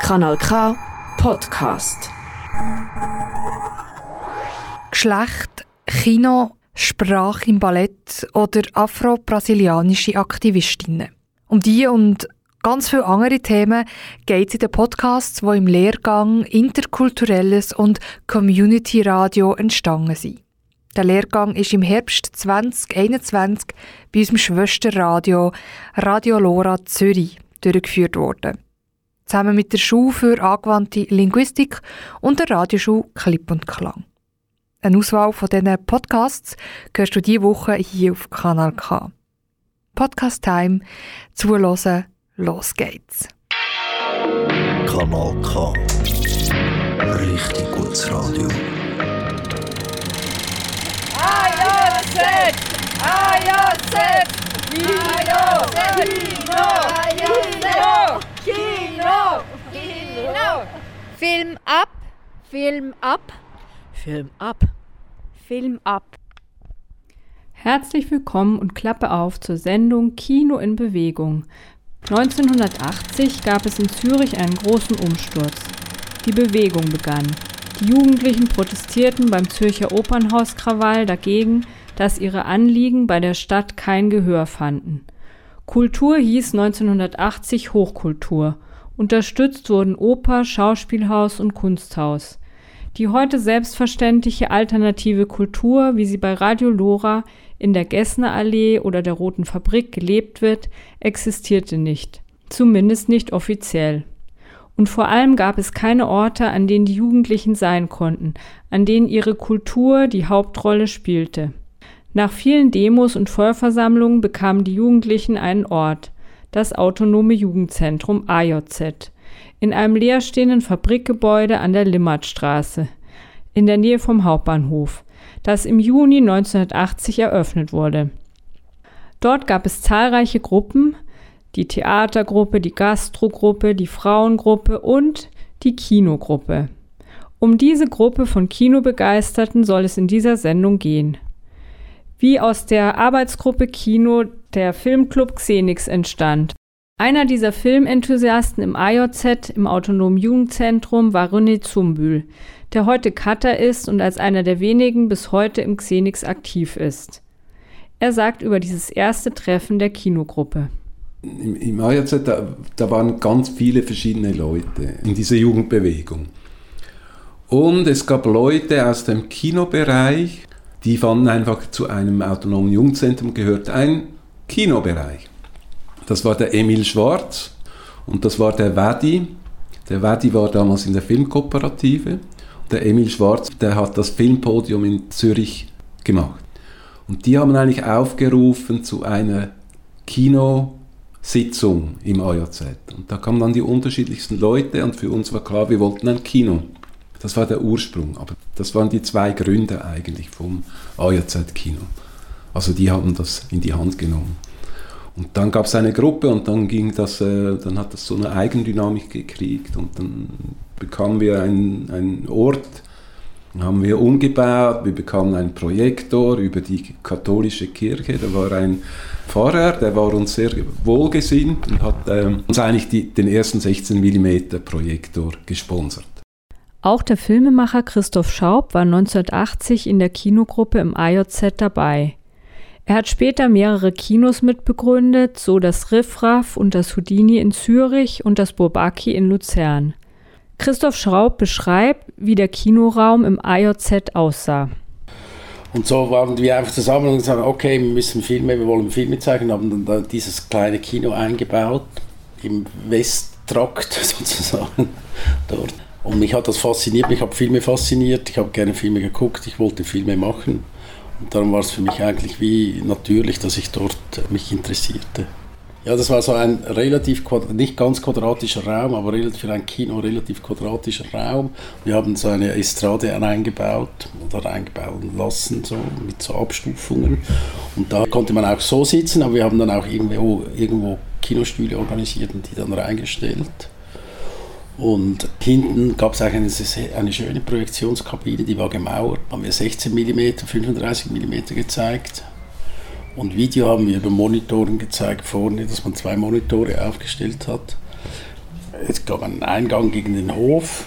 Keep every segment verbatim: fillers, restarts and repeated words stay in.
Kanal K Podcast. Geschlecht, Kino, Sprache im Ballett oder afro-brasilianische Aktivistinnen. Um die und ganz viele andere Themen geht es in den Podcasts, die im Lehrgang Interkulturelles und Community Radio entstanden sind. Der Lehrgang ist im Herbst zwanzig einundzwanzig bei unserem Schwesterradio Radio Lora Zürich durchgeführt worden. Zusammen mit der Schule für angewandte Linguistik und der Radioschule Klipp und Klang. Eine Auswahl von diesen Podcasts hörst du diese Woche hier auf Kanal K. Podcast Time, zuhören, los geht's. Kanal K. Richtig gutes Radio. A J Z! A J Z! Kino! Kino! Kino! Kino! Film ab! Film ab! Film ab! Film ab! Herzlich willkommen und Klappe auf zur Sendung Kino in Bewegung. neunzehnhundertachtzig gab es in Zürich einen großen Umsturz. Die Bewegung begann. Die Jugendlichen protestierten beim Zürcher Opernhauskrawall dagegen, dass ihre Anliegen bei der Stadt kein Gehör fanden. Kultur hieß neunzehnhundertachtzig Hochkultur. Unterstützt wurden Oper, Schauspielhaus und Kunsthaus. Die heute selbstverständliche alternative Kultur, wie sie bei Radio Lora in der Gessner Allee oder der Roten Fabrik gelebt wird, existierte nicht. Zumindest nicht offiziell. Und vor allem gab es keine Orte, an denen die Jugendlichen sein konnten, an denen ihre Kultur die Hauptrolle spielte. Nach vielen Demos und Vollversammlungen bekamen die Jugendlichen einen Ort, das Autonome Jugendzentrum A J Z, in einem leerstehenden Fabrikgebäude an der Limmatstraße, in der Nähe vom Hauptbahnhof, das im Juni neunzehnhundertachtzig eröffnet wurde. Dort gab es zahlreiche Gruppen, die Theatergruppe, die Gastrogruppe, die Frauengruppe und die Kinogruppe. Um diese Gruppe von Kinobegeisterten soll es in dieser Sendung gehen. Wie aus der Arbeitsgruppe Kino der Filmclub Xenix entstand. Einer dieser Filmenthusiasten im A J Z, im Autonomen Jugendzentrum, war René Zumbühl, der heute Cutter ist und als einer der wenigen bis heute im Xenix aktiv ist. Er sagt über dieses erste Treffen der Kinogruppe. Im, im A J Z, da, da waren ganz viele verschiedene Leute in dieser Jugendbewegung. Und es gab Leute aus dem Kinobereich, die fanden einfach, zu einem autonomen Jugendzentrum gehört ein Kinobereich. Das war der Emil Schwarz und das war der Wadi. Der Wadi war damals in der Filmkooperative. Der Emil Schwarz, der hat das Filmpodium in Zürich gemacht. Und die haben eigentlich aufgerufen zu einer Kinositzung im A J Z. Und da kamen dann die unterschiedlichsten Leute und für uns war klar, wir wollten ein Kino. Das war der Ursprung, aber das waren die zwei Gründe eigentlich vom A J Z-Kino. Also die haben das in die Hand genommen. Und dann gab es eine Gruppe und dann ging das, äh, dann hat das so eine Eigendynamik gekriegt und dann bekamen wir einen, einen Ort, haben wir umgebaut, wir bekamen einen Projektor über die katholische Kirche, da war ein Pfarrer, der war uns sehr wohlgesinnt und hat äh, uns eigentlich die, den ersten sechzehn Millimeter Projektor gesponsert. Auch der Filmemacher Christoph Schaub war neunzehnhundertachtzig in der Kinogruppe im A J Z dabei. Er hat später mehrere Kinos mitbegründet, so das Riffraff und das Houdini in Zürich und das Bourbaki in Luzern. Christoph Schaub beschreibt, wie der Kinoraum im A J Z aussah. Und so waren wir einfach zusammen und gesagt, okay, wir müssen Filme, wir wollen Filme zeigen, haben dann da dieses kleine Kino eingebaut, im Westtrakt sozusagen, dort. Und mich hat das fasziniert, mich hat Filme fasziniert, ich habe gerne Filme geguckt, ich wollte Filme machen. Und darum war es für mich eigentlich wie natürlich, dass ich dort mich interessierte. Ja, das war so ein relativ, nicht ganz quadratischer Raum, aber relativ für ein Kino relativ quadratischer Raum. Wir haben so eine Estrade reingebaut oder reingebaut lassen, so mit so Abstufungen. Und da konnte man auch so sitzen, aber wir haben dann auch irgendwo, irgendwo Kinostühle organisiert und die dann reingestellt. Und hinten gab es auch eine, eine schöne Projektionskabine, die war gemauert. Da haben wir sechzehn Millimeter, fünfunddreißig Millimeter gezeigt. Und Video haben wir über Monitoren gezeigt vorne, dass man zwei Monitore aufgestellt hat. Es gab einen Eingang gegen den Hof.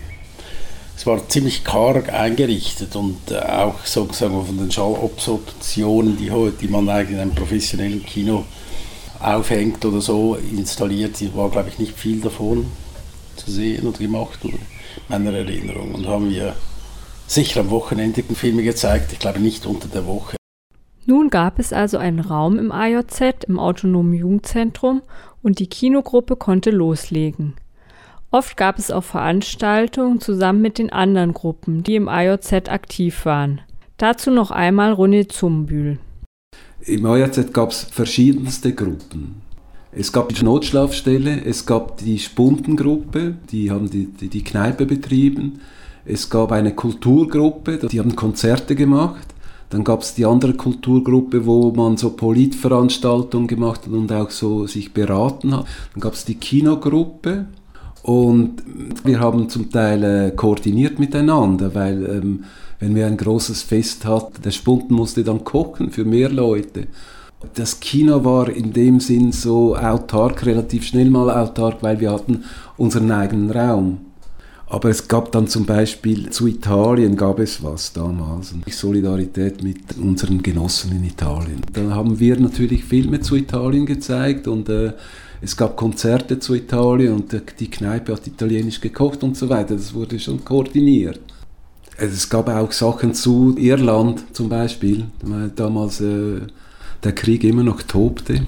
Es war ziemlich karg eingerichtet und auch sozusagen von den Schallabsorptionen, die, die man eigentlich in einem professionellen Kino aufhängt oder so installiert, war, glaube ich, nicht viel davon zu sehen oder gemacht, oder meiner Erinnerung. Und haben wir sicher am Wochenende Filme gezeigt, ich glaube nicht unter der Woche. Nun gab es also einen Raum im A J Z, im Autonomen Jugendzentrum, und die Kinogruppe konnte loslegen. Oft gab es auch Veranstaltungen zusammen mit den anderen Gruppen, die im A J Z aktiv waren. Dazu noch einmal René Zumbühl. Im A J Z gab es verschiedenste Gruppen. Es gab die Notschlafstelle, es gab die Spundengruppe, die haben die, die, die Kneipe betrieben. Es gab eine Kulturgruppe, die haben Konzerte gemacht. Dann gab es die andere Kulturgruppe, wo man so Politveranstaltungen gemacht hat und auch so sich beraten hat. Dann gab es die Kinogruppe. Und wir haben zum Teil äh, koordiniert miteinander, weil ähm, wenn wir ein großes Fest hatten, der Spunden musste dann kochen für mehr Leute. Das Kino war in dem Sinn so autark, relativ schnell mal autark, weil wir hatten unseren eigenen Raum. Aber es gab dann zum Beispiel, zu Italien gab es was damals, und Solidarität mit unseren Genossen in Italien. Dann haben wir natürlich Filme zu Italien gezeigt und äh, es gab Konzerte zu Italien und die Kneipe hat italienisch gekocht und so weiter. Das wurde schon koordiniert. Es gab auch Sachen zu Irland zum Beispiel, weil damals äh, der Krieg immer noch tobte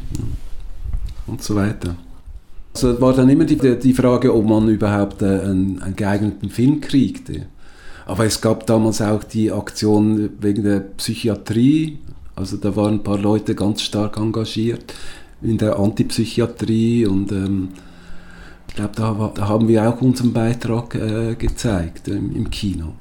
und so weiter. Also war dann immer die, die Frage, ob man überhaupt äh, einen, einen geeigneten Film kriegte. Aber es gab damals auch die Aktion wegen der Psychiatrie. Also da waren ein paar Leute ganz stark engagiert in der Antipsychiatrie und ähm, ich glaube, da, da haben wir auch unseren Beitrag äh, gezeigt äh, im Kino.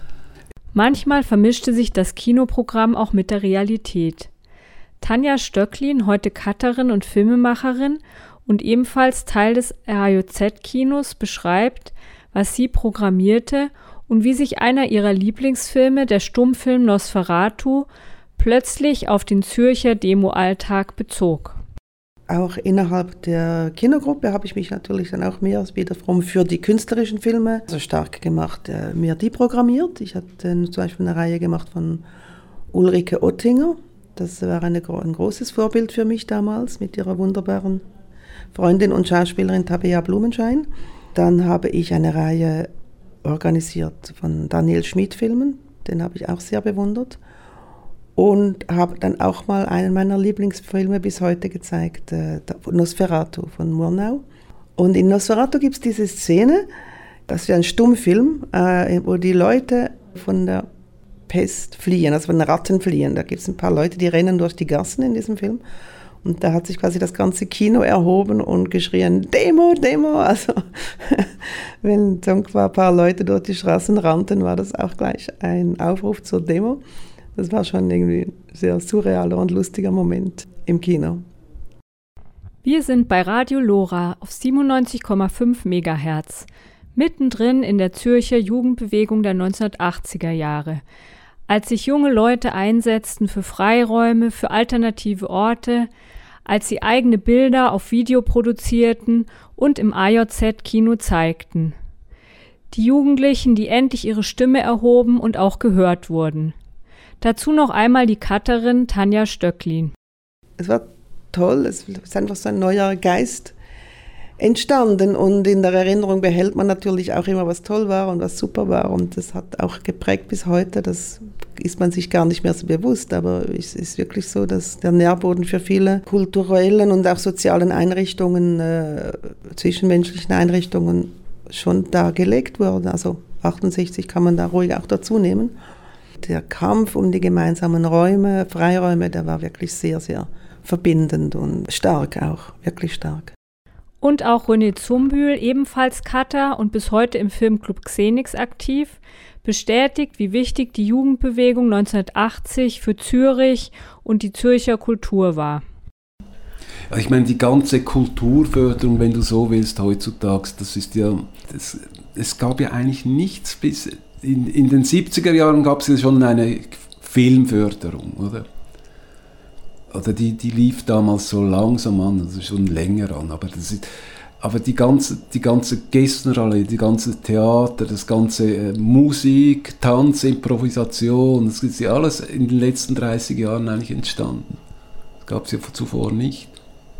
Manchmal vermischte sich das Kinoprogramm auch mit der Realität. Tanja Stöcklin, heute Cutterin und Filmemacherin und ebenfalls Teil des A J Z-Kinos, beschreibt, was sie programmierte und wie sich einer ihrer Lieblingsfilme, der Stummfilm Nosferatu, plötzlich auf den Zürcher Demo-Alltag bezog. Auch innerhalb der Kinogruppe habe ich mich natürlich dann auch mehr wiederum für die künstlerischen Filme so stark gemacht, äh, mehr die programmiert. Ich hatte zum Beispiel eine Reihe gemacht von Ulrike Oettinger. Das war eine, ein großes Vorbild für mich damals mit ihrer wunderbaren Freundin und Schauspielerin Tabea Blumenschein. Dann habe ich eine Reihe organisiert von Daniel Schmid-Filmen, den habe ich auch sehr bewundert. Und habe dann auch mal einen meiner Lieblingsfilme bis heute gezeigt, äh, Nosferatu von Murnau. Und in Nosferatu gibt es diese Szene, das ist ein Stummfilm, äh, wo die Leute von der Pest fliehen, also von den Ratten fliehen. Da gibt es ein paar Leute, die rennen durch die Gassen in diesem Film. Und da hat sich quasi das ganze Kino erhoben und geschrien, Demo, Demo. Also wenn so ein paar Leute durch die Straßen rannten, war das auch gleich ein Aufruf zur Demo. Das war schon irgendwie ein sehr surrealer und lustiger Moment im Kino. Wir sind bei Radio Lora auf siebenundneunzig Komma fünf Megahertz, mittendrin in der Zürcher Jugendbewegung der neunzehnhundertachtziger Jahre, als sich junge Leute einsetzten für Freiräume, für alternative Orte, als sie eigene Bilder auf Video produzierten und im A J Z-Kino zeigten. Die Jugendlichen, die endlich ihre Stimme erhoben und auch gehört wurden. Dazu noch einmal die Cutterin Tanja Stöcklin. Es war toll, es ist einfach so ein neuer Geist entstanden und in der Erinnerung behält man natürlich auch immer, was toll war und was super war und das hat auch geprägt bis heute, das ist man sich gar nicht mehr so bewusst, aber es ist wirklich so, dass der Nährboden für viele kulturellen und auch sozialen Einrichtungen, äh, zwischenmenschlichen Einrichtungen schon da gelegt wurde, also achtundsechzig kann man da ruhig auch dazu nehmen. Der Kampf um die gemeinsamen Räume, Freiräume, der war wirklich sehr, sehr verbindend und stark auch, wirklich stark. Und auch René Zumbühl, ebenfalls Cutter und bis heute im Filmclub Xenix aktiv, bestätigt, wie wichtig die Jugendbewegung neunzehnhundertachtzig für Zürich und die Zürcher Kultur war. Also ich meine, die ganze Kulturförderung, wenn du so willst, heutzutage, das ist ja, das, es gab ja eigentlich nichts bis... In, in den siebziger Jahren gab es ja schon eine Filmförderung, oder? Oder die, die lief damals so langsam an, also schon länger an. Aber das ist, Aber die ganze, die ganze Gessnerallee, die ganze Theater, das ganze äh, Musik, Tanz, Improvisation, das ist ja alles in den letzten dreißig Jahren eigentlich entstanden. Das gab es ja zuvor nicht.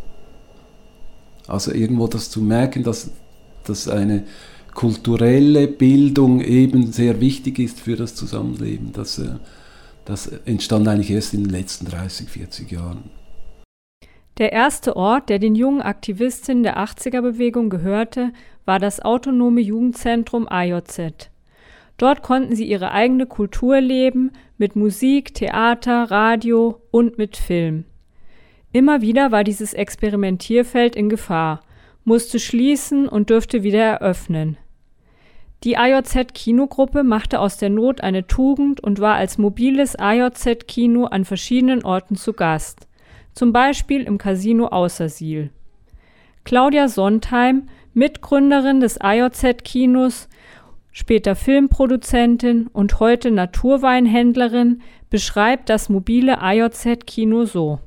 Also irgendwo das zu merken, dass, dass eine kulturelle Bildung eben sehr wichtig ist für das Zusammenleben, das, äh, das entstand eigentlich erst in den letzten dreißig, vierzig Jahren. Der erste Ort, der den jungen Aktivistinnen der achtziger-Bewegung gehörte, war das Autonome Jugendzentrum A J Z. Dort konnten sie ihre eigene Kultur leben, mit Musik, Theater, Radio und mit Film. Immer wieder war dieses Experimentierfeld in Gefahr, musste schließen und dürfte wieder eröffnen. Die A J Z-Kinogruppe machte aus der Not eine Tugend und war als mobiles A J Z-Kino an verschiedenen Orten zu Gast. Zum Beispiel im Casino Aussersiel. Claudia Sontheim, Mitgründerin des A J Z-Kinos, später Filmproduzentin und heute Naturweinhändlerin, beschreibt das mobile A J Z-Kino so.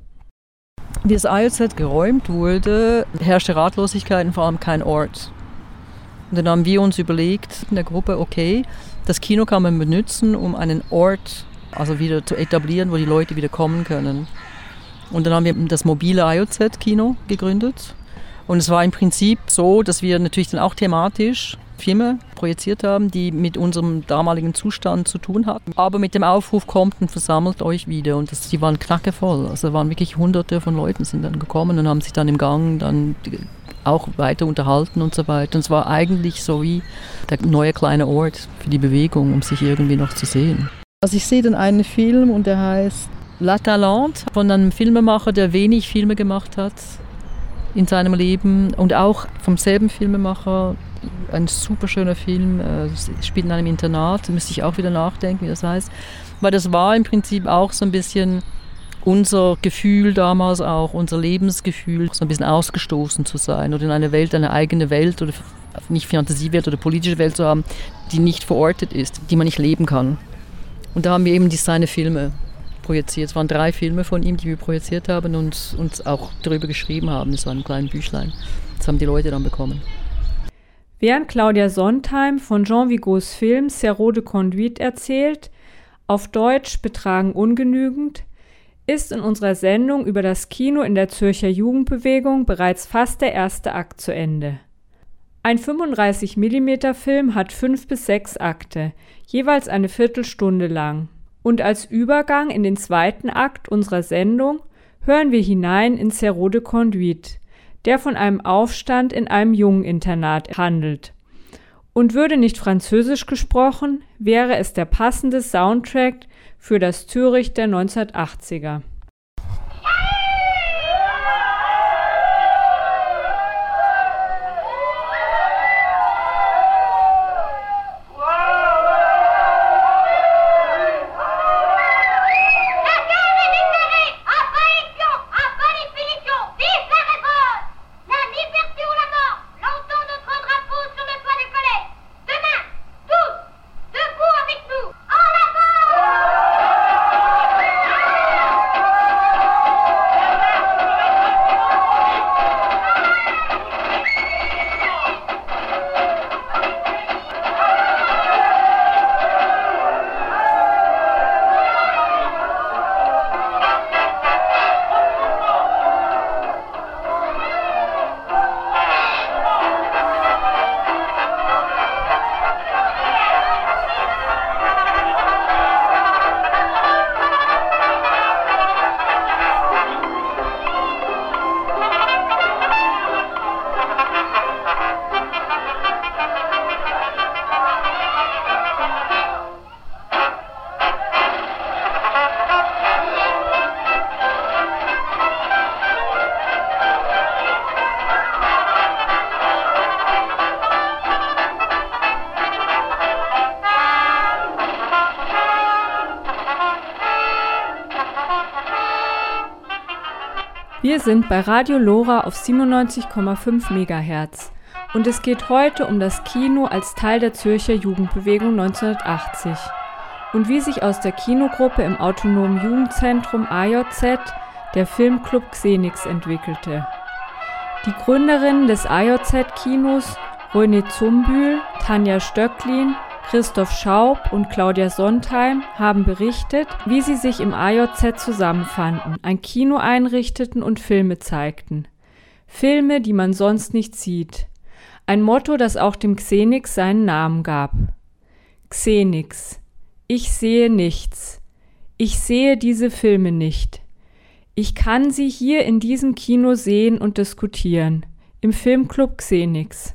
Wie das A J Z geräumt wurde, herrschte Ratlosigkeit und vor allem kein Ort. Und dann haben wir uns überlegt in der Gruppe, okay, das Kino kann man benutzen, um einen Ort also wieder zu etablieren, wo die Leute wieder kommen können. Und dann haben wir das mobile A J Z-Kino gegründet. Und es war im Prinzip so, dass wir natürlich dann auch thematisch Filme projiziert haben, die mit unserem damaligen Zustand zu tun hatten. Aber mit dem Aufruf, kommt und versammelt euch wieder. Und das, die waren knackevoll. Also waren wirklich Hunderte von Leuten sind dann gekommen und haben sich dann im Gang dann auch weiter unterhalten und so weiter. Und es war eigentlich so wie der neue kleine Ort für die Bewegung, um sich irgendwie noch zu sehen. Also ich sehe dann einen Film und der heißt La Talente von einem Filmemacher, der wenig Filme gemacht hat in seinem Leben und auch vom selben Filmemacher, ein super schöner Film, äh, spielt in einem Internat, da müsste ich auch wieder nachdenken, wie das heißt, weil das war im Prinzip auch so ein bisschen unser Gefühl damals auch, unser Lebensgefühl, so ein bisschen ausgestoßen zu sein oder in einer Welt, eine eigene Welt oder nicht Fantasiewelt oder politische Welt zu haben, die nicht verortet ist, die man nicht leben kann. Und da haben wir eben die, seine Filme projiziert. Es waren drei Filme von ihm, die wir projiziert haben und uns auch darüber geschrieben haben. Das war ein kleines Büchlein. Das haben die Leute dann bekommen. Während Claudia Sontheim von Jean Vigo's Film Zéro de Conduite erzählt, auf Deutsch Betragen ungenügend, ist in unserer Sendung über das Kino in der Zürcher Jugendbewegung bereits fast der erste Akt zu Ende. Ein fünfunddreißig Millimeter Film hat fünf bis sechs Akte, jeweils eine Viertelstunde lang. Und als Übergang in den zweiten Akt unserer Sendung hören wir hinein in Zéro de Conduite, der von einem Aufstand in einem Jungeninternat handelt. Und würde nicht Französisch gesprochen, wäre es der passende Soundtrack für das Zürich der neunzehnhundertachtziger. Wir sind bei Radio Lora auf siebenundneunzig Komma fünf Megahertz und es geht heute um das Kino als Teil der Zürcher Jugendbewegung neunzehnhundertachtzig und wie sich aus der Kinogruppe im Autonomen Jugendzentrum A J Z der Filmclub Xenix entwickelte. Die Gründerinnen des A J Z-Kinos, René Zumbühl, Tanja Stöcklin, Christoph Schaub und Claudia Sontheim haben berichtet, wie sie sich im A J Z zusammenfanden, ein Kino einrichteten und Filme zeigten. Filme, die man sonst nicht sieht. Ein Motto, das auch dem Xenix seinen Namen gab. Xenix. Ich sehe nichts. Ich sehe diese Filme nicht. Ich kann sie hier in diesem Kino sehen und diskutieren. Im Filmclub Xenix.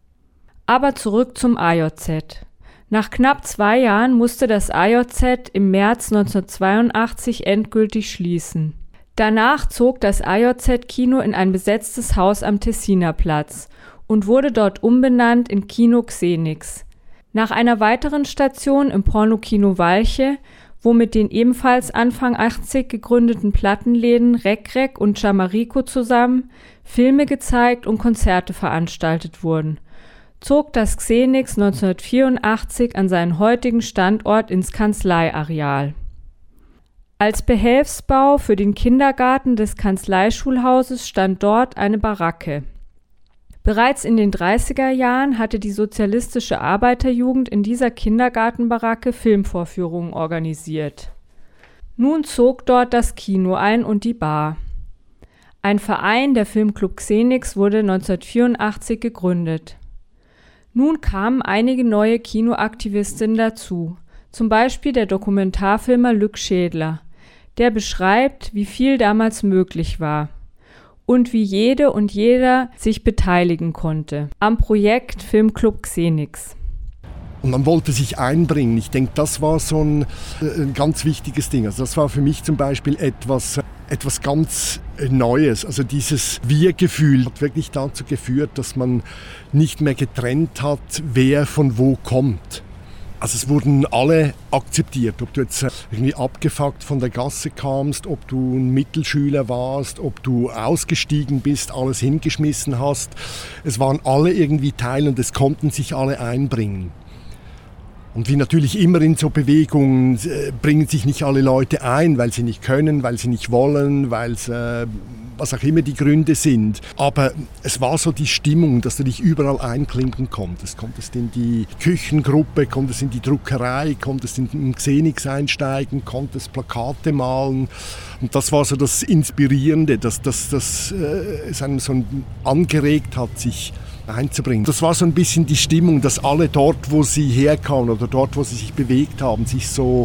Aber zurück zum A J Z. Nach knapp zwei Jahren musste das A J Z im März neunzehnhundertzweiundachtzig endgültig schließen. Danach zog das A J Z-Kino in ein besetztes Haus am Tessiner Platz und wurde dort umbenannt in Kino Xenix. Nach einer weiteren Station im Pornokino Walche, wo mit den ebenfalls Anfang achtzig gegründeten Plattenläden Rek Rek und Jamarico zusammen Filme gezeigt und Konzerte veranstaltet wurden, zog das Xenix neunzehnhundertvierundachtzig an seinen heutigen Standort ins Kanzleiareal. Als Behelfsbau für den Kindergarten des Kanzleischulhauses stand dort eine Baracke. Bereits in den dreißiger Jahren hatte die sozialistische Arbeiterjugend in dieser Kindergartenbaracke Filmvorführungen organisiert. Nun zog dort das Kino ein und die Bar. Ein Verein, der Filmclub Xenix, wurde neunzehnhundertvierundachtzig gegründet. Nun kamen einige neue Kinoaktivistinnen dazu, zum Beispiel der Dokumentarfilmer Lück Schädler, der beschreibt, wie viel damals möglich war und wie jede und jeder sich beteiligen konnte am Projekt Filmclub Xenix. Und man wollte sich einbringen. Ich denke, das war so ein, ein ganz wichtiges Ding. Also das war für mich zum Beispiel etwas, etwas ganz Neues. Also dieses Wir-Gefühl hat wirklich dazu geführt, dass man nicht mehr getrennt hat, wer von wo kommt. Also es wurden alle akzeptiert, ob du jetzt irgendwie abgefuckt von der Gasse kamst, ob du ein Mittelschüler warst, ob du ausgestiegen bist, alles hingeschmissen hast. Es waren alle irgendwie Teil und es konnten sich alle einbringen. Und wie natürlich immer in so Bewegungen äh, bringen sich nicht alle Leute ein, weil sie nicht können, weil sie nicht wollen, weil es äh, was auch immer die Gründe sind. Aber es war so die Stimmung, dass du dich überall einklinken konntest. Konntest in die Küchengruppe, konntest in die Druckerei, konntest in den Xenix einsteigen, konntest Plakate malen. Und das war so das Inspirierende, dass das, das, äh, es einem so angeregt hat, sich einzubringen. Das war so ein bisschen die Stimmung, dass alle dort, wo sie herkamen oder dort, wo sie sich bewegt haben, sich so,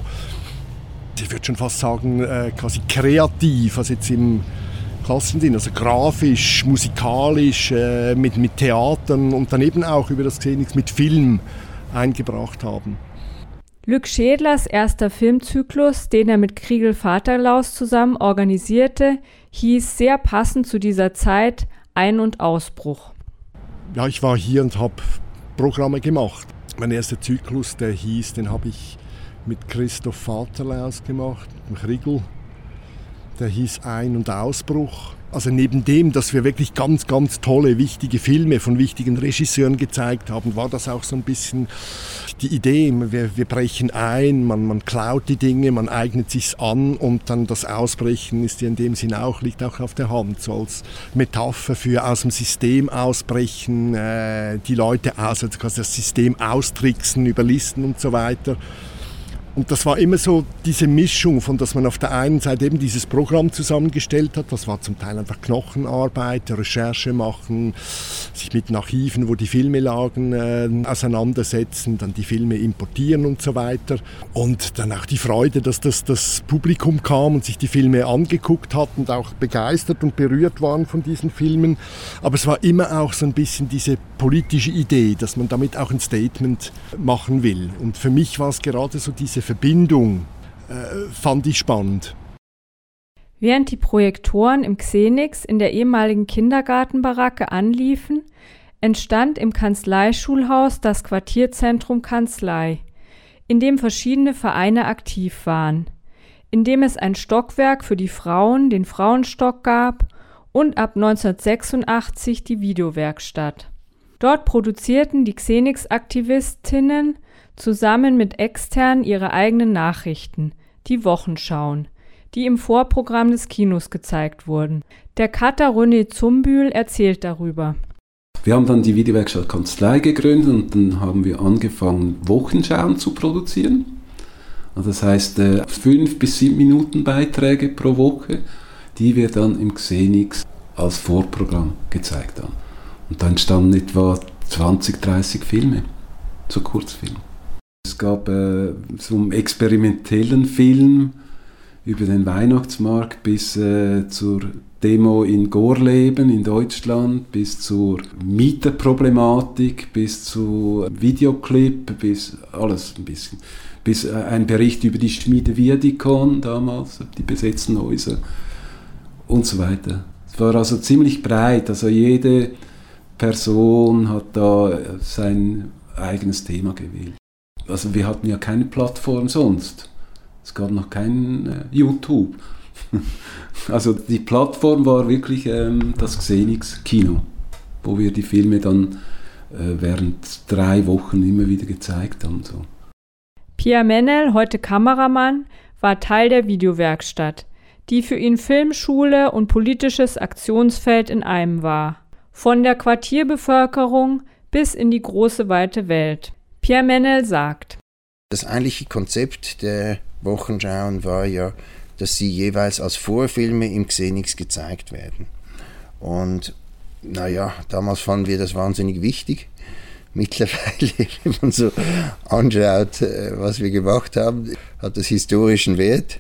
ich würde schon fast sagen, äh, quasi kreativ, also jetzt im klassischen Sinn, also grafisch, musikalisch, äh, mit, mit Theatern und dann eben auch über das Xenix mit Film eingebracht haben. Lück Schädlers erster Filmzyklus, den er mit Kriegel Vaterlaus zusammen organisierte, hieß sehr passend zu dieser Zeit Ein- und Ausbruch. Ja, ich war hier und habe Programme gemacht. Mein erster Zyklus, der hieß, den habe ich mit Christoph Vaterlaus gemacht, mit Kriegel. Der hieß Ein- und Ausbruch. Also neben dem, dass wir wirklich ganz, ganz tolle, wichtige Filme von wichtigen Regisseuren gezeigt haben, war das auch so ein bisschen die Idee, wir, wir brechen ein, man, man klaut die Dinge, man eignet sich's an und dann das Ausbrechen ist ja in dem Sinn auch, liegt auch auf der Hand, so als Metapher für aus dem System ausbrechen, äh, die Leute aus, also quasi das System austricksen, überlisten und so weiter. Und das war immer so diese Mischung von, dass man auf der einen Seite eben dieses Programm zusammengestellt hat, das war zum Teil einfach Knochenarbeit, Recherche machen, sich mit den Archiven, wo die Filme lagen, äh, auseinandersetzen, dann die Filme importieren und so weiter. Und dann auch die Freude, dass das, das Publikum kam und sich die Filme angeguckt hat und auch begeistert und berührt waren von diesen Filmen. Aber es war immer auch so ein bisschen diese politische Idee, dass man damit auch ein Statement machen will. Und für mich war es gerade so diese Verbindung, äh, fand ich spannend. Während die Projektoren im Xenix in der ehemaligen Kindergartenbaracke anliefen, entstand im Kanzleischulhaus das Quartierzentrum Kanzlei, in dem verschiedene Vereine aktiv waren, in dem es ein Stockwerk für die Frauen, den Frauenstock gab und ab neunzehnhundertsechsundachtzig die Videowerkstatt. Dort produzierten die Xenix-Aktivistinnen zusammen mit Externen ihre eigenen Nachrichten, die Wochenschauen, die im Vorprogramm des Kinos gezeigt wurden. Der Cutter René Zumbühl erzählt darüber. Wir haben dann die Videowerkstatt Kanzlei gegründet und dann haben wir angefangen, Wochenschauen zu produzieren. Also das heißt, fünf bis sieben Minuten Beiträge pro Woche, die wir dann im Xenix als Vorprogramm gezeigt haben. Und dann entstanden etwa zwanzig, dreißig Filme, so Kurzfilme. Es gab äh, so einen experimentellen Film über den Weihnachtsmarkt bis äh, zur Demo in Gorleben in Deutschland, bis zur Mieterproblematik, bis zu Videoclip, bis alles ein bisschen. Bis äh, ein Bericht über die Schmiede Viadicon damals, die besetzten Häuser und so weiter. Es war also ziemlich breit, also jede Person hat da sein eigenes Thema gewählt. Also wir hatten ja keine Plattform sonst. Es gab noch kein äh, YouTube. Also die Plattform war wirklich ähm, das Xenix Kino, wo wir die Filme dann äh, während drei Wochen immer wieder gezeigt haben. So. Pierre Mennel, heute Kameramann, war Teil der Videowerkstatt, die für ihn Filmschule und politisches Aktionsfeld in einem war. Von der Quartierbevölkerung bis in die große weite Welt. Pierre Mennel sagt: Das eigentliche Konzept der Wochenschauen war ja, dass sie jeweils als Vorfilme im Xenix gezeigt werden. Und naja, damals fanden wir das wahnsinnig wichtig. Mittlerweile, wenn man so anschaut, was wir gemacht haben, hat das historischen Wert.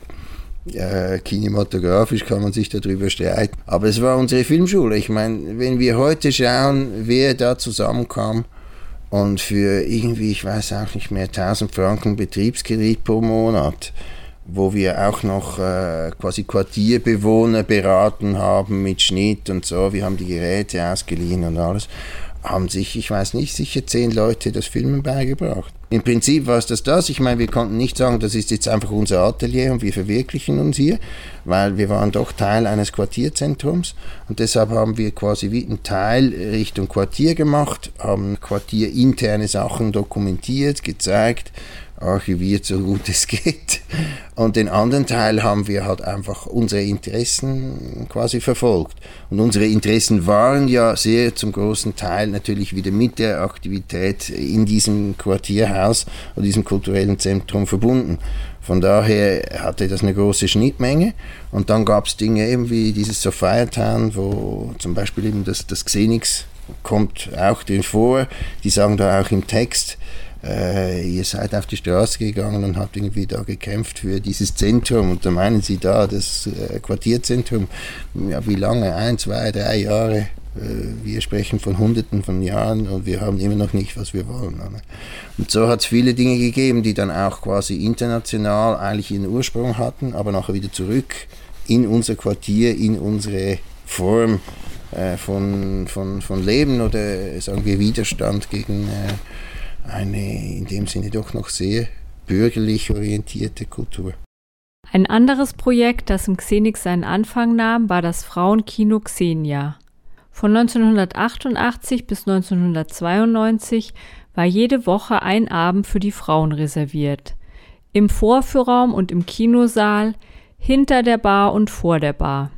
Äh, kinematografisch kann man sich darüber streiten. Aber es war unsere Filmschule. Ich meine, wenn wir heute schauen, wer da zusammenkam und für irgendwie, ich weiß auch nicht mehr, tausend Franken Betriebskredit pro Monat, wo wir auch noch äh, quasi Quartierbewohner beraten haben mit Schnitt und so, wir haben die Geräte ausgeliehen und alles, haben sich, ich weiß nicht, sicher zehn Leute das Filmen beigebracht. Im Prinzip war es das das. Ich meine, wir konnten nicht sagen, das ist jetzt einfach unser Atelier und wir verwirklichen uns hier, weil wir waren doch Teil eines Quartierzentrums und deshalb haben wir quasi wie einen Teil Richtung Quartier gemacht, haben quartierinterne Sachen dokumentiert, gezeigt, archiviert, so gut es geht. Und den anderen Teil haben wir halt einfach unsere Interessen quasi verfolgt. Und unsere Interessen waren ja sehr zum großen Teil natürlich wieder mit der Aktivität in diesem Quartierhaus oder diesem kulturellen Zentrum verbunden. Von daher hatte das eine große Schnittmenge. Und dann gab es Dinge eben wie dieses Sophiatown, wo zum Beispiel eben das, das Xenix kommt auch drin vor. Die sagen da auch im Text, Äh, ihr seid auf die Straße gegangen und habt irgendwie da gekämpft für dieses Zentrum und da meinen sie da das äh, Quartierzentrum, ja, wie lange? Ein, zwei, drei Jahre? Äh, wir sprechen von Hunderten von Jahren und wir haben immer noch nicht, was wir wollen. Oder? Und so hat es viele Dinge gegeben, die dann auch quasi international eigentlich ihren Ursprung hatten, aber nachher wieder zurück in unser Quartier, in unsere Form äh, von, von, von Leben oder sagen wir Widerstand gegen äh, eine in dem Sinne doch noch sehr bürgerlich orientierte Kultur. Ein anderes Projekt, das im Xenix seinen Anfang nahm, war das Frauenkino Xenia. Von neunzehnhundertachtundachtzig bis neunzehnhundertzweiundneunzig war jede Woche ein Abend für die Frauen reserviert. Im Vorführraum und im Kinosaal, hinter der Bar und vor der Bar.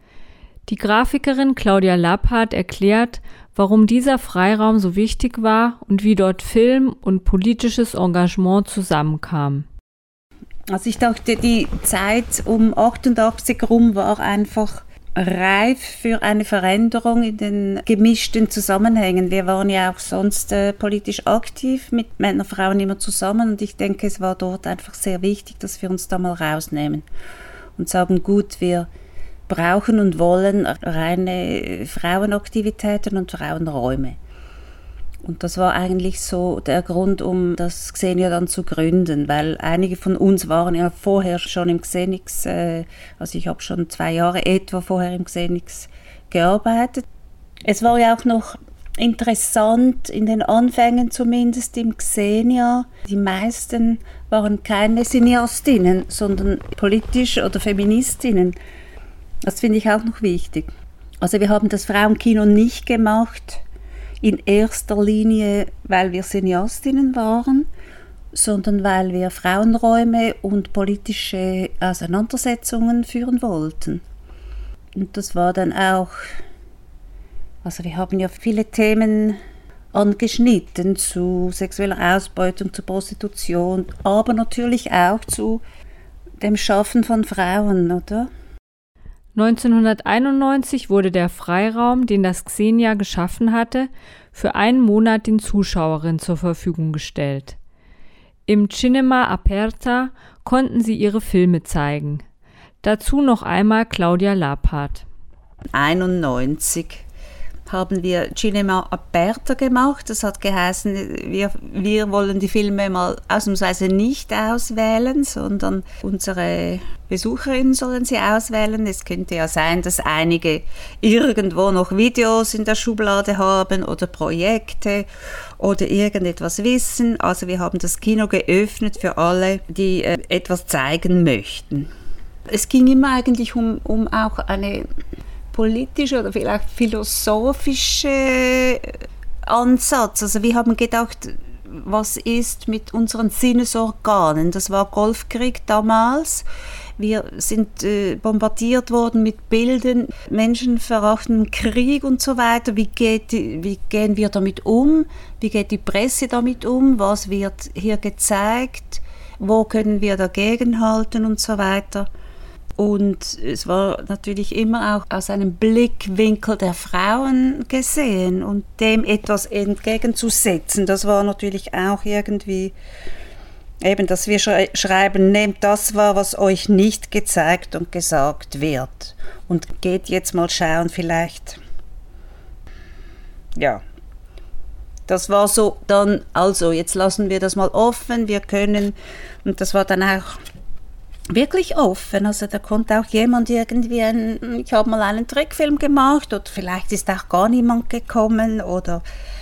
Die Grafikerin Claudia Lapphardt erklärt, warum dieser Freiraum so wichtig war und wie dort Film und politisches Engagement zusammenkamen. Also ich dachte, die Zeit um achtundachtzig rum war einfach reif für eine Veränderung in den gemischten Zusammenhängen. Wir waren ja auch sonst äh, politisch aktiv mit Männern und Frauen immer zusammen und ich denke, es war dort einfach sehr wichtig, dass wir uns da mal rausnehmen und sagen, gut, wir brauchen und wollen reine Frauenaktivitäten und Frauenräume. Und das war eigentlich so der Grund, um das Xenia dann zu gründen, weil einige von uns waren ja vorher schon im Xenix, äh, also ich habe schon zwei Jahre etwa vorher im Xenix gearbeitet. Es war ja auch noch interessant, in den Anfängen zumindest im Xenia, die meisten waren keine Cineastinnen, sondern politisch oder Feministinnen. Das finde ich auch noch wichtig. Also wir haben das Frauenkino nicht gemacht, in erster Linie, weil wir Cineastinnen waren, sondern weil wir Frauenräume und politische Auseinandersetzungen führen wollten. Und das war dann auch, also wir haben ja viele Themen angeschnitten zu sexueller Ausbeutung, zu Prostitution, aber natürlich auch zu dem Schaffen von Frauen, oder? neunzehnhunderteinundneunzig wurde der Freiraum, den das Xenia geschaffen hatte, für einen Monat den Zuschauerinnen zur Verfügung gestellt. Im Cinema Aperta konnten sie ihre Filme zeigen. Dazu noch einmal Claudia Lapart. einundneunzig haben wir Cinema Aperta gemacht. Das hat geheißen, wir, wir wollen die Filme mal ausnahmsweise nicht auswählen, sondern unsere Besucherinnen sollen sie auswählen. Es könnte ja sein, dass einige irgendwo noch Videos in der Schublade haben oder Projekte oder irgendetwas wissen. Also wir haben das Kino geöffnet für alle, die äh, etwas zeigen möchten. Es ging immer eigentlich um, um auch eine politische oder vielleicht philosophische Ansatz. Also wir haben gedacht, was ist mit unseren Sinnesorganen? Das war Golfkrieg damals. Wir sind äh, bombardiert worden mit Bildern, menschenverachtendem Krieg und so weiter. Wie, geht, wie gehen wir damit um? Wie geht die Presse damit um? Was wird hier gezeigt? Wo können wir dagegenhalten und so weiter? Und es war natürlich immer auch aus einem Blickwinkel der Frauen gesehen und dem etwas entgegenzusetzen. Das war natürlich auch irgendwie, eben, dass wir schreiben, nehmt das wahr, was euch nicht gezeigt und gesagt wird. Und geht jetzt mal schauen, vielleicht, ja. Das war so dann, also jetzt lassen wir das mal offen, wir können, und das war dann auch wirklich offen, also da konnte auch jemand irgendwie, einen, ich habe mal einen Trickfilm gemacht oder vielleicht ist auch gar niemand gekommen oder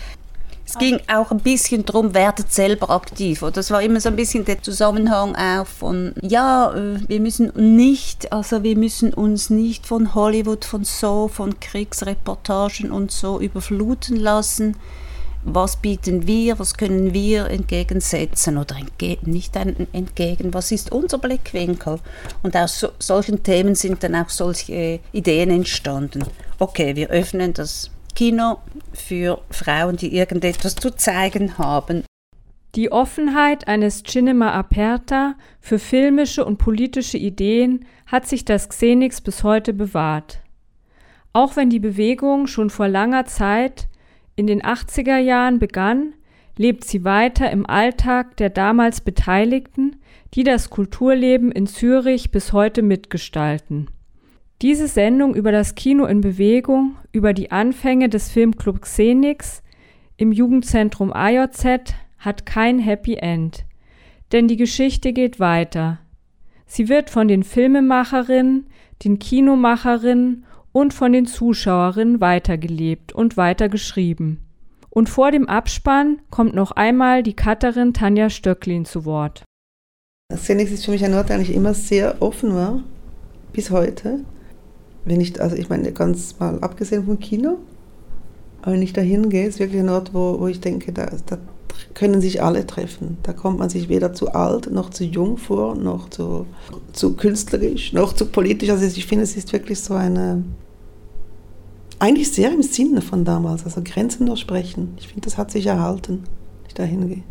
es ging auch ein bisschen darum, werdet selber aktiv. Oder das war immer so ein bisschen der Zusammenhang auch von, ja, wir müssen nicht, also wir müssen uns nicht von Hollywood, von so, von Kriegsreportagen und so überfluten lassen. Was bieten wir, was können wir entgegensetzen oder entge- nicht entgegen, was ist unser Blickwinkel? Und aus so, solchen Themen sind dann auch solche Ideen entstanden. Okay, wir öffnen das Kino für Frauen, die irgendetwas zu zeigen haben. Die Offenheit eines Cinema Aperta für filmische und politische Ideen hat sich das Xenix bis heute bewahrt. Auch wenn die Bewegung schon vor langer Zeit in den achtziger Jahren begann, lebt sie weiter im Alltag der damals Beteiligten, die das Kulturleben in Zürich bis heute mitgestalten. Diese Sendung über das Kino in Bewegung, über die Anfänge des Filmclub Xenix im Jugendzentrum A J Z hat kein Happy End, denn die Geschichte geht weiter. Sie wird von den Filmemacherinnen, den Kinomacherinnen und von den Zuschauerinnen weitergelebt und weitergeschrieben. Und vor dem Abspann kommt noch einmal die Cutterin Tanja Stöcklin zu Wort. Das Xenix ist für mich ein Ort, der eigentlich immer sehr offen war, bis heute. Wenn ich, also ich meine, ganz mal abgesehen vom Kino, aber wenn ich da hingehe, ist wirklich ein Ort, wo, wo ich denke, da, da können sich alle treffen. Da kommt man sich weder zu alt, noch zu jung vor, noch zu, zu künstlerisch, noch zu politisch. Also ich finde, es ist wirklich so eine, eigentlich sehr im Sinne von damals, also Grenzen durchbrechen. Ich finde, das hat sich erhalten, wenn ich da hingehe.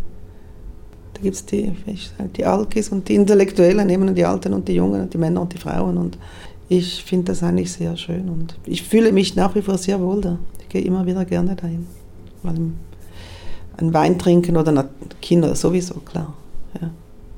Da gibt es die, die Alkis und die Intellektuellen, eben die Alten und die Jungen, die Männer und die Frauen. Und ich finde das eigentlich sehr schön. Und ich fühle mich nach wie vor sehr wohl da. Ich gehe immer wieder gerne dahin. Weil ein Wein trinken oder ein Kino sowieso, klar. Ja.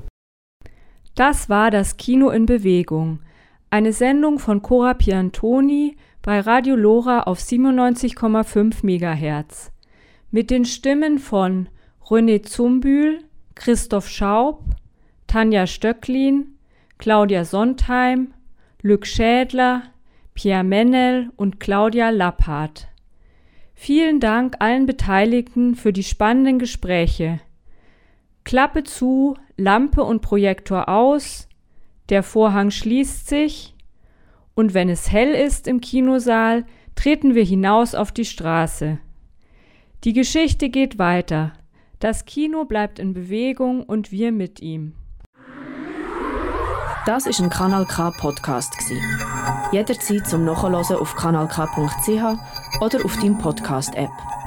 Das war das Kino in Bewegung. Eine Sendung von Cora Piantoni bei Radio Lora auf siebenundneunzig Komma fünf Megahertz. Mit den Stimmen von René Zumbühl, Christoph Schaub, Tanja Stöcklin, Claudia Sontheim, Lück Schädler, Pierre Mennel und Claudia Lapart. Vielen Dank allen Beteiligten für die spannenden Gespräche. Klappe zu, Lampe und Projektor aus, der Vorhang schließt sich und wenn es hell ist im Kinosaal, treten wir hinaus auf die Straße. Die Geschichte geht weiter. Das Kino bleibt in Bewegung und wir mit ihm. Das ist ein Kanal K Podcast gsi. Jederzeit zum Nachhören auf kanal k punkt c h oder auf deinem Podcast-App.